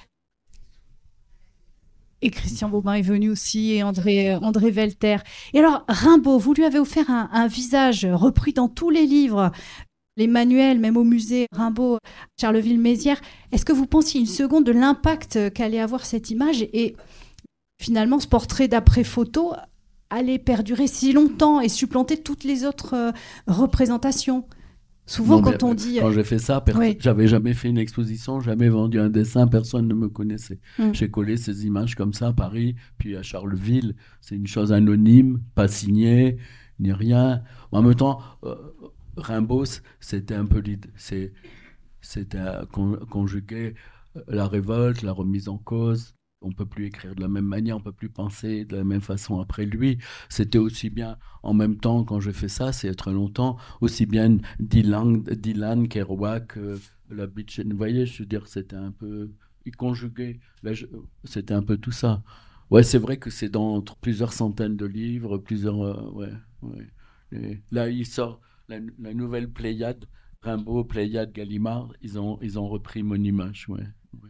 Et Christian Bobin est venu aussi, et André, André Velter. Et alors, Rimbaud, vous lui avez offert un, un visage repris dans tous les livres, les manuels, même au musée Rimbaud, Charleville-Mézières. Est-ce que vous pensiez une seconde de l'impact qu'allait avoir cette image? Et finalement, ce portrait d'après-photo allait perdurer si longtemps et supplanter toutes les autres euh, représentations? Souvent, non, quand on dit... Quand j'ai fait ça, per... oui. j'avais jamais fait une exposition, jamais vendu un dessin, personne ne me connaissait. Mm. J'ai collé ces images comme ça à Paris, puis à Charleville. C'est une chose anonyme, pas signée, ni rien. En même temps, euh, Rimbaud, c'était un peu... C'est, c'était con, conjuguer la révolte, la remise en cause. On ne peut plus écrire de la même manière, on ne peut plus penser de la même façon après lui. C'était aussi bien, en même temps, quand j'ai fait ça, c'est très longtemps, aussi bien Dylan, Dylan Kerouac, euh, la Beach. Vous voyez, je veux dire, c'était un peu conjugué. Là, je, c'était un peu tout ça. Ouais, c'est vrai que c'est dans plusieurs centaines de livres, plusieurs... Euh, ouais, ouais. Et là, il sort la, la nouvelle Pléiade, Rimbaud, Pléiade, Gallimard, ils ont, ils ont repris mon image, ouais. ouais.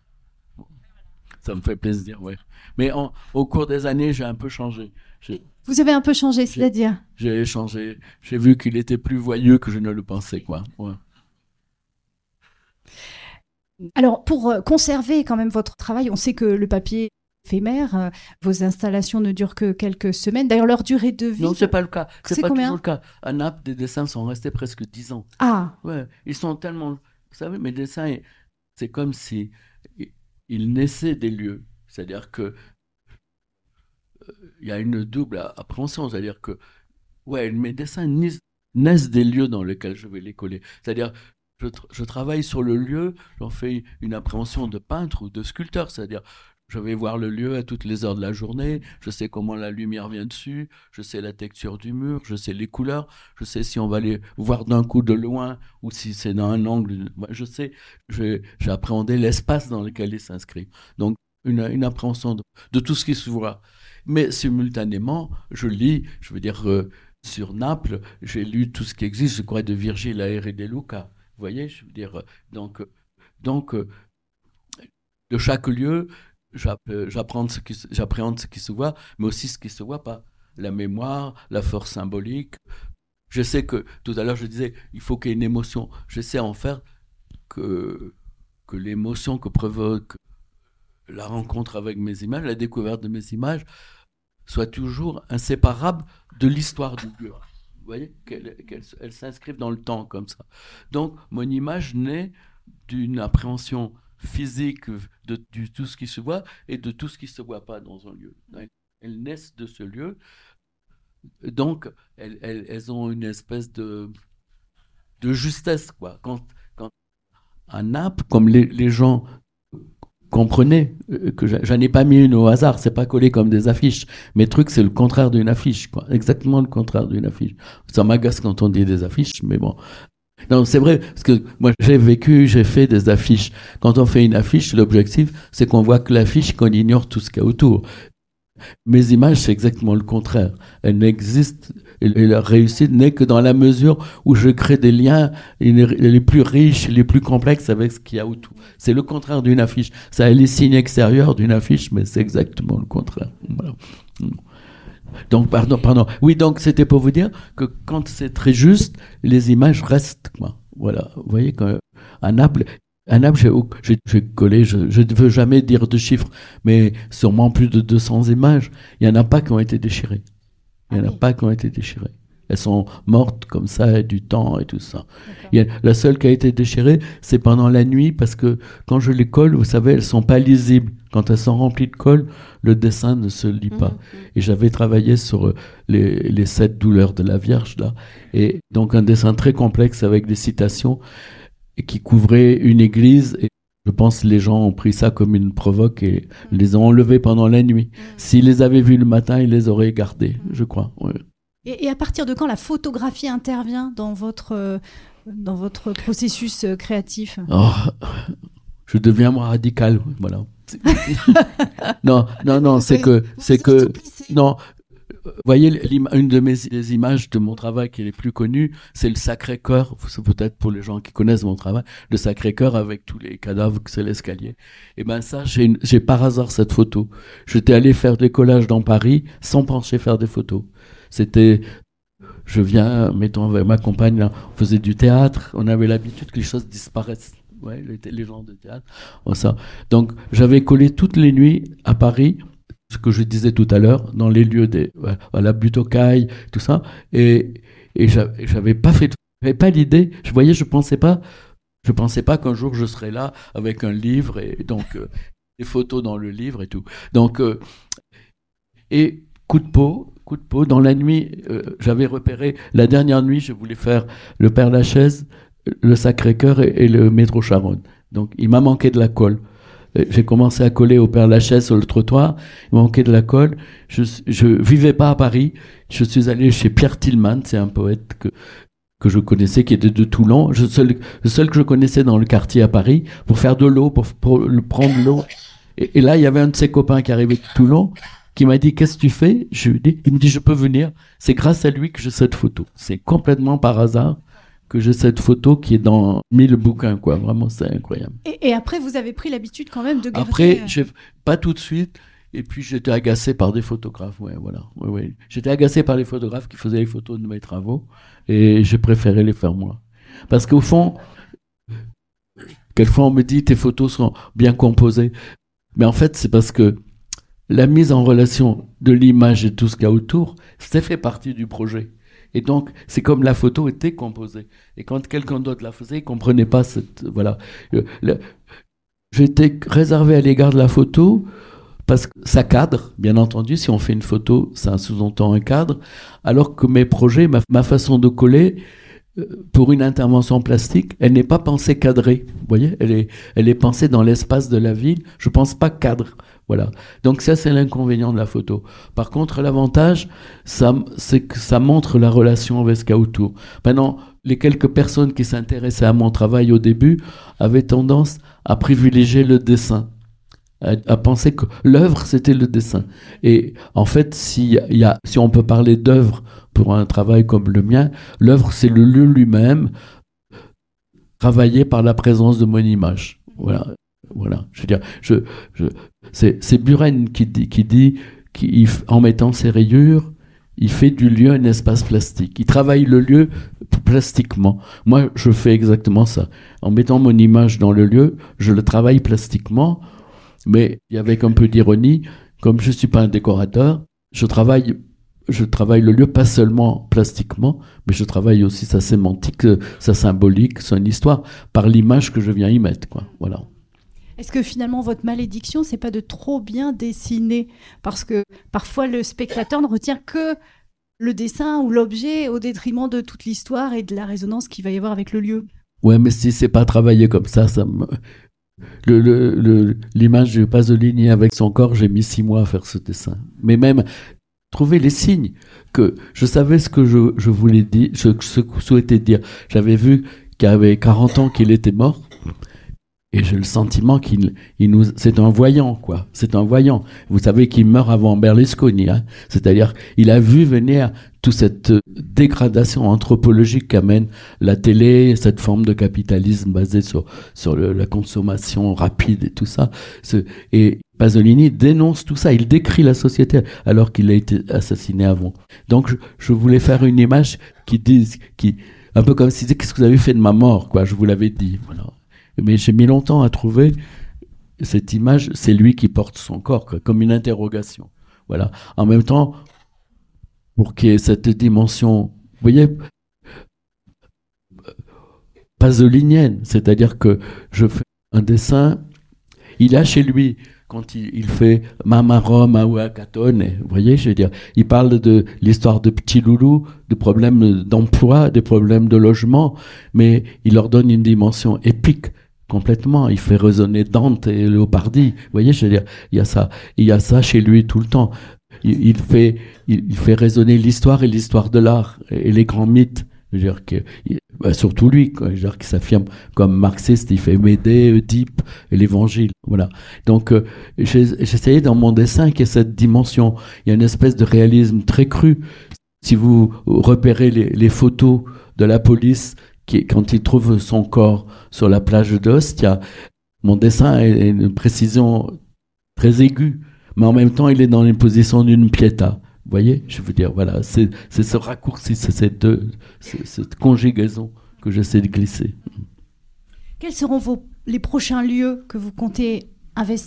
Ça me fait plaisir, oui. Mais en, au cours des années, j'ai un peu changé. J'ai, Vous avez un peu changé, c'est-à-dire ? J'ai changé. J'ai vu qu'il était plus voyeux que je ne le pensais, quoi. Ouais. Alors, pour conserver quand même votre travail, on sait que le papier est éphémère, euh, vos installations ne durent que quelques semaines. D'ailleurs, leur durée de vie... Non, c'est pas le cas. C'est, c'est pas combien ? toujours le cas. À Naples, des dessins sont restés presque dix ans. Ah ! Ouais, ils sont tellement... Vous savez, mes dessins, c'est comme si... il naissait des lieux, c'est-à-dire que il euh, y a une double appréhension, c'est-à-dire que ouais, mes dessins naissent des lieux dans lesquels je vais les coller, c'est-à-dire je, tra- je travaille sur le lieu, j'en fais une appréhension de peintre ou de sculpteur, c'est-à-dire je vais voir le lieu à toutes les heures de la journée, je sais comment la lumière vient dessus, je sais la texture du mur, je sais les couleurs, je sais si on va les voir d'un coup de loin ou si c'est dans un angle, je sais, j'ai, j'ai appréhendé l'espace dans lequel il s'inscrit. Donc une, une appréhension de, de tout ce qui se voit. Mais simultanément, je lis, je veux dire, euh, sur Naples, j'ai lu tout ce qui existe, je crois, de Virgile à et de Luca. Vous voyez, je veux dire, donc, donc de chaque lieu, J'apprends ce, qui, j'appréhende ce qui se voit, mais aussi ce qui ne se voit pas. La mémoire, la force symbolique. Je sais que, tout à l'heure, je disais, il faut qu'il y ait une émotion. J'essaie en faire que, que l'émotion que provoque la rencontre avec mes images, la découverte de mes images, soit toujours inséparable de l'histoire du lieu. Vous voyez, qu'elle, qu'elle, elle s'inscrive dans le temps comme ça. Donc, mon image naît d'une appréhension physique de, de tout ce qui se voit et de tout ce qui ne se voit pas dans un lieu. Elles naissent de ce lieu, donc elles, elles, elles ont une espèce de, de justesse, quoi. Quand, quand à Naples, comme les, les gens comprenaient que j'en ai pas mis une au hasard, c'est pas collé comme des affiches. Mes trucs, c'est le contraire d'une affiche, quoi. Exactement le contraire d'une affiche. Ça m'agace quand on dit des affiches, mais bon. Non, c'est vrai, parce que moi, j'ai vécu, j'ai fait des affiches. Quand on fait une affiche, l'objectif, c'est qu'on voit que l'affiche, qu'on ignore tout ce qu'il y a autour. Mes images, c'est exactement le contraire. Elles n'existent, et leur réussite n'est que dans la mesure où je crée des liens les plus riches, les plus complexes avec ce qu'il y a autour. C'est le contraire d'une affiche. Ça a les signes extérieurs d'une affiche, mais c'est exactement le contraire. Voilà. Donc, pardon, pardon. Oui, donc, c'était pour vous dire que quand c'est très juste, les images restent, quoi. Voilà. Vous voyez, quand, à Naples, à Naples, j'ai, j'ai, j'ai collé, je ne veux jamais dire de chiffres, mais sûrement plus de deux cents images. Il n'y en a pas qui ont été déchirées. Il n'y en a pas qui ont été déchirées. Elles sont mortes comme ça, du temps et tout ça. Il y a, la seule qui a été déchirée, c'est pendant la nuit, parce que quand je les colle, vous savez, elles ne sont pas lisibles. Quand elles sont remplies de colle, le dessin ne se lit pas. Mmh. Et j'avais travaillé sur les, les sept douleurs de la Vierge, là. Et donc un dessin très complexe avec des citations qui couvrait une église. Et Je pense que les gens ont pris ça comme une provoque et les ont enlevés pendant la nuit. S'ils les avaient vus le matin, ils les auraient gardés, je crois. Ouais. Et, et à partir de quand la photographie intervient dans votre, euh, dans votre processus euh, créatif? Oh, je deviens moins radical, voilà. non, non, non, c'est que, c'est que, non. Vous voyez, une de mes les images de mon travail qui est les plus connues, c'est le Sacré-Cœur. C'est peut-être pour les gens qui connaissent mon travail, le Sacré-Cœur avec tous les cadavres que c'est l'escalier. Et ben ça, j'ai, une, j'ai par hasard cette photo. J'étais allé faire des collages dans Paris sans penser faire des photos. C'était, je viens, mettons avec ma compagne, là, on faisait du théâtre, on avait l'habitude que les choses disparaissent. Ouais, les, les gens de théâtre, ça. Donc j'avais collé toutes les nuits à Paris. Ce que je disais tout à l'heure, dans les lieux des, à la butte aux cailles, tout ça, et, et j'avais pas fait, j'avais pas l'idée, je voyais, je pensais pas, je pensais pas qu'un jour je serais là avec un livre et donc euh, des photos dans le livre et tout. Donc, euh, et coup de peau, coup de peau, dans la nuit, euh, j'avais repéré, la dernière nuit, je voulais faire le Père-Lachaise, le Sacré-Cœur et, et le métro Charonne. Donc, il m'a manqué de la colle. J'ai commencé à coller au Père-Lachaise sur le trottoir. Il me manquait de la colle. Je, je vivais pas à Paris. Je suis allé chez Pierre Tillman, c'est un poète que, que je connaissais, qui était de Toulon. Je, seul, le seul que je connaissais dans le quartier à Paris, pour faire de l'eau, pour, pour prendre l'eau. Et, et là, il y avait un de ses copains qui arrivait de Toulon, qui m'a dit, qu'est-ce que tu fais? Je lui dis, il me dit, je peux venir. C'est grâce à lui que j'ai cette photo. C'est complètement par hasard que j'ai cette photo qui est dans mille bouquins, quoi. Vraiment, c'est incroyable. Et, et après, vous avez pris l'habitude quand même de garder... Après, j'ai, pas tout de suite, et puis j'étais agacé par des photographes, ouais, voilà. Ouais, ouais. J'étais agacé par les photographes qui faisaient les photos de mes travaux, et j'ai préféré les faire moi. Parce qu'au fond, quelquefois on me dit, tes photos sont bien composées. Mais en fait, c'est parce que la mise en relation de l'image et tout ce qu'il y a autour, ça fait partie du projet. Et donc, c'est comme la photo était composée. Et quand quelqu'un d'autre la faisait, il ne comprenait pas cette... Voilà. Le, j'étais réservé à l'égard de la photo parce que ça cadre, bien entendu. Si on fait une photo, ça sous-entend un cadre. Alors que mes projets, ma, ma façon de coller, pour une intervention plastique, elle n'est pas pensée cadrée. Vous voyez, elle est, elle est pensée dans l'espace de la ville. Je ne pense pas cadre. Voilà. Donc ça, c'est l'inconvénient de la photo. Par contre, l'avantage, ça, c'est que ça montre la relation avec ce qu'il y a autour. Maintenant, les quelques personnes qui s'intéressaient à mon travail au début avaient tendance à privilégier le dessin, à, à penser que l'œuvre, c'était le dessin. Et en fait, si, y a, si on peut parler d'œuvre pour un travail comme le mien, l'œuvre, c'est le lieu lui-même, travaillé par la présence de mon image. Voilà. Voilà, je veux dire, je, je, c'est, c'est Buren qui dit, qui dit qu'en mettant ses rayures, il fait du lieu un espace plastique. Il travaille le lieu plastiquement. Moi, je fais exactement ça. En mettant mon image dans le lieu, je le travaille plastiquement, mais avec un peu d'ironie, comme je ne suis pas un décorateur, je travaille, je travaille le lieu pas seulement plastiquement, mais je travaille aussi sa sémantique, sa symbolique, son histoire, par l'image que je viens y mettre, quoi. Voilà. Est-ce que finalement votre malédiction, c'est pas de trop bien dessiner? Parce que parfois le spectateur ne retient que le dessin ou l'objet au détriment de toute l'histoire et de la résonance qu'il va y avoir avec le lieu. Ouais, mais si c'est pas travaillé comme ça, ça me... le, le, le, l'image de Pasolini avec son corps, j'ai mis six mois à faire ce dessin. Mais même trouver les signes, que je savais ce que je, je voulais dire, ce que je souhaitais dire. J'avais vu qu'il y avait quarante ans qu'il était mort. Et j'ai le sentiment qu'il il nous, c'est un voyant, quoi. C'est un voyant. Vous savez qu'il meurt avant Berlusconi, hein. C'est-à-dire, il a vu venir toute cette dégradation anthropologique qu'amène la télé, cette forme de capitalisme basée sur, sur le, la consommation rapide et tout ça. Ce, et Pasolini dénonce tout ça. Il décrit la société alors qu'il a été assassiné avant. Donc, je, je voulais faire une image qui dise, qui, un peu comme si disait, qu'est-ce que vous avez fait de ma mort, quoi. Je vous l'avais dit, voilà. Mais j'ai mis longtemps à trouver cette image, c'est lui qui porte son corps, quoi, comme une interrogation. Voilà. En même temps, pour qu'il y ait cette dimension, vous voyez, pasolinienne, c'est-à-dire que je fais un dessin, il a chez lui, quand il, il fait Mama Rome, Aua Catone, vous voyez, je veux dire, il parle de l'histoire de petits loulous, de problèmes d'emploi, des problèmes de logement, mais il leur donne une dimension épique complètement. Il fait résonner Dante et Leopardi. Vous voyez, je veux dire, il y a ça, il y a ça chez lui tout le temps. Il, il fait, il, il fait résonner l'histoire et l'histoire de l'art et les grands mythes. Je veux dire que, bah, surtout lui, quoi, je veux dire qu'il s'affirme comme marxiste. Il fait Médée, Oedipe et l'Évangile. Voilà. Donc, euh, j'ai, j'essayais dans mon dessin qu'il y ait cette dimension. Il y a une espèce de réalisme très cru. Si vous repérez les, les photos de la police qui, quand il trouve son corps sur la plage d'Ostia, mon dessin est une précision très aiguë, mais en même temps, il est dans une position d'une pietà. Vous voyez, je veux dire, voilà, c'est, c'est ce raccourci, c'est cette, c'est cette conjugaison que j'essaie de glisser. Quels seront vos, les prochains lieux que vous comptez investir ?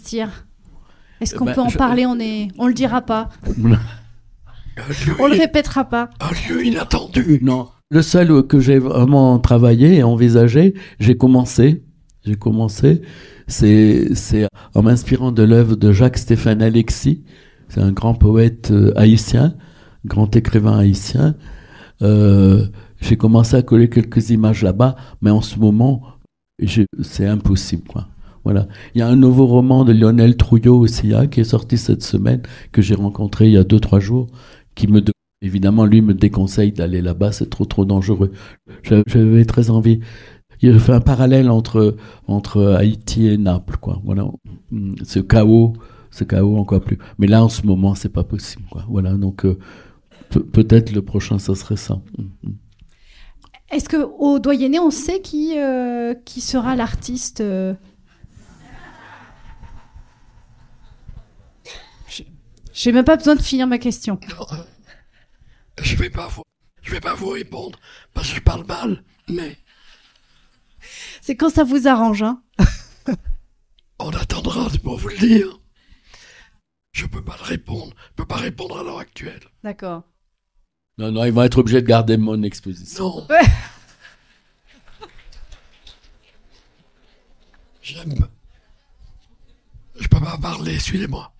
Est-ce qu'on Ben, peut en je- parler ? On est, on le dira pas. Un lieu, On le in- répétera pas. un lieu inattendu. Non, le seul que j'ai vraiment travaillé et envisagé, j'ai commencé, j'ai commencé, c'est, c'est en m'inspirant de l'œuvre de Jacques-Stéphane Alexis. C'est un grand poète euh, haïtien, grand écrivain haïtien. Euh, j'ai commencé à coller quelques images là-bas, mais en ce moment, je- c'est impossible, quoi. Voilà. Il y a un nouveau roman de Lionel Trouillot aussi, hein, qui est sorti cette semaine, que j'ai rencontré il y a deux, trois jours, qui me, de- évidemment, lui me déconseille d'aller là-bas, c'est trop, trop dangereux. J'avais- J'avais très envie. Il fait un parallèle entre, entre Haïti et Naples, quoi. Voilà. Ce chaos, ce chaos encore plus. Mais là, en ce moment, c'est pas possible, quoi. Voilà. Donc, euh, pe- peut-être le prochain, ça serait ça. Est-ce qu'au Doyenné, on sait qui, euh, qui sera l'artiste euh... Je- J'ai même pas besoin de finir ma question. Non, euh, je vais pas vous, je vais pas vous répondre parce que je parle mal, mais C'est quand ça vous arrange, hein. on attendra pour vous le dire. Je peux pas le répondre, je peux pas répondre à l'heure actuelle. D'accord. Non, non, ils vont être obligés de garder mon exposition. Non. Ouais. J'aime. Je peux pas parler, excusez-moi.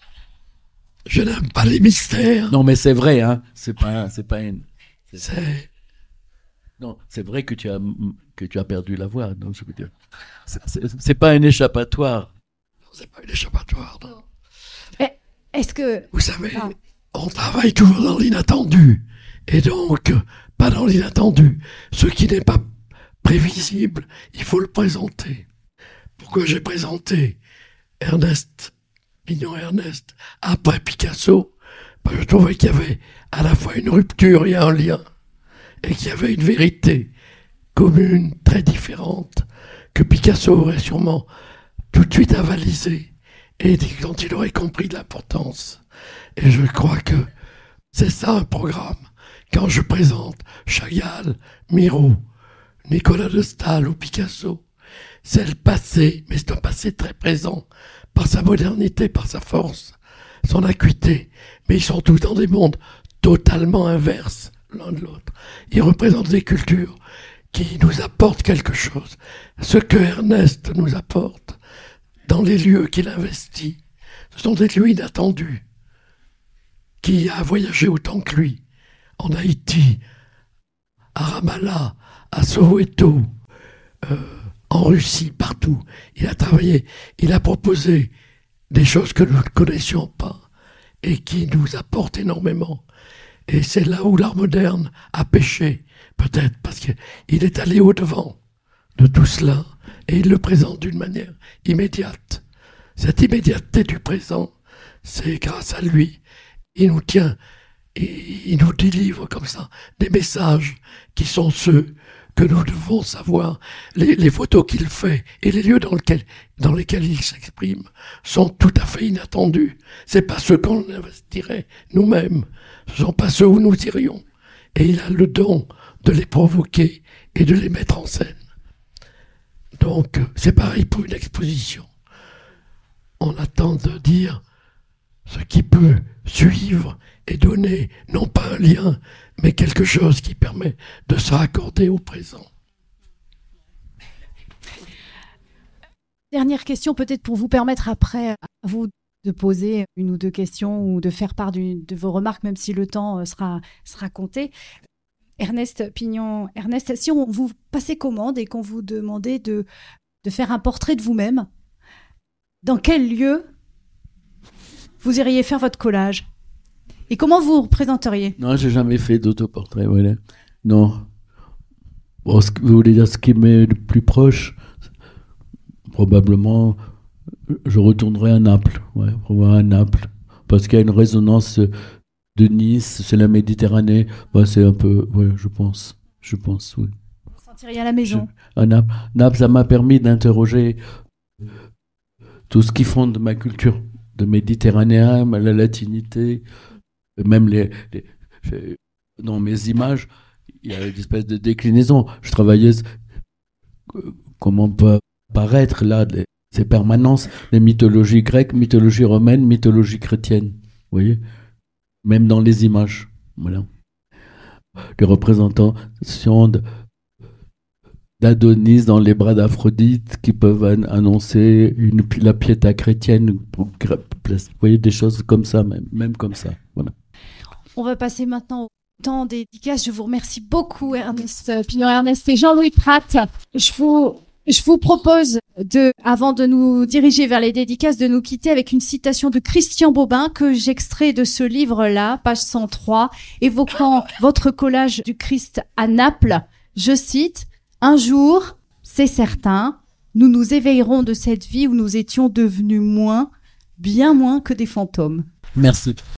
Je n'aime pas les mystères. Non, mais c'est vrai, hein. C'est pas, c'est pas une. C'est. Non, c'est vrai que tu as que tu as perdu la voix. Donc je veux dire, c'est, c'est, c'est pas un échappatoire. C'est pas une échappatoire, non. Est-ce que... Vous savez, Ah. on travaille toujours dans l'inattendu. Et donc, pas dans l'inattendu. Ce qui n'est pas prévisible, il faut le présenter. Pourquoi j'ai présenté Ernest, Pignon Ernest, après Picasso? Parce que je trouvais qu'il y avait à la fois une rupture et un lien. Et qu'il y avait une vérité commune, très différente, que Picasso aurait sûrement tout de suite avalisée. Et quand il aurait compris de l'importance. Et je crois que c'est ça un programme. Quand je présente Chagall, Miro, Nicolas de Staël ou Picasso, c'est le passé, mais c'est un passé très présent, par sa modernité, par sa force, son acuité. Mais ils sont tous dans des mondes totalement inverses l'un de l'autre. Ils représentent des cultures qui nous apportent quelque chose. Ce que Ernest nous apporte, dans les lieux qu'il investit, ce sont des lieux inattendus. Qui a voyagé autant que lui, en Haïti, à Ramallah, à Soweto, euh, en Russie, partout. Il a travaillé, il a proposé des choses que nous ne connaissions pas et qui nous apportent énormément. Et c'est là où l'art moderne a péché, peut-être, parce qu'il est allé au-devant de tout cela et il le présente d'une manière immédiate. Cette immédiateté du présent, c'est grâce à lui. Il nous tient, et il nous délivre comme ça des messages qui sont ceux que nous devons savoir. Les, les photos qu'il fait et les lieux dans, lequel, dans lesquels il s'exprime sont tout à fait inattendus. C'est pas ceux qu'on investirait nous-mêmes. Ce sont pas ceux où nous irions. Et il a le don de les provoquer et de les mettre en scène. Donc, c'est pareil pour une exposition. On attend de dire ce qui peut suivre et donner, non pas un lien, mais quelque chose qui permet de se raccorder au présent. Dernière question, peut-être pour vous permettre après à vous de poser une ou deux questions ou de faire part d'une- de vos remarques, même si le temps euh, sera, sera compté. Ernest Pignon, Ernest, si on vous passait commande et qu'on vous demandait de, de faire un portrait de vous-même, dans quel lieu vous iriez faire votre collage? Et comment vous vous représenteriez? Non, j'ai jamais fait d'autoportrait, voilà. Non. Bon, ce que vous voulez dire, ce qui m'est le plus proche, probablement, je retournerai à Naples, ouais, probablement à Naples, parce qu'il y a une résonance de Nice, c'est la Méditerranée, ouais, c'est un peu, ouais, je pense, je pense, oui. Vous vous sentiriez à la maison? Je, à Naples, Naples, ça m'a permis d'interroger tout ce qui fonde ma culture, de méditerranéen, la latinité, même les, les, les, dans mes images, il y a une espèce de déclinaison. Je travaillais, comment peut apparaître là, les, ces permanences, les mythologies grecques, mythologie romaine, mythologie chrétienne. Vous voyez? Même dans les images. Voilà. Les représentations de, d'Adonis dans les bras d'Aphrodite qui peuvent an- annoncer une, la piété chrétienne. Vous voyez, des choses comme ça, même, même comme ça. Voilà. On va passer maintenant au temps des dédicaces. Je vous remercie beaucoup, Ernest Pignon Ernest et Jean-Louis Prat. Je vous, je vous propose de, avant de nous diriger vers les dédicaces, de nous quitter avec une citation de Christian Bobin que j'extrais de ce livre-là, page cent trois, évoquant votre collage du Christ à Naples. Je cite: « Un jour, c'est certain, nous nous éveillerons de cette vie où nous étions devenus moins, bien moins que des fantômes. » Merci.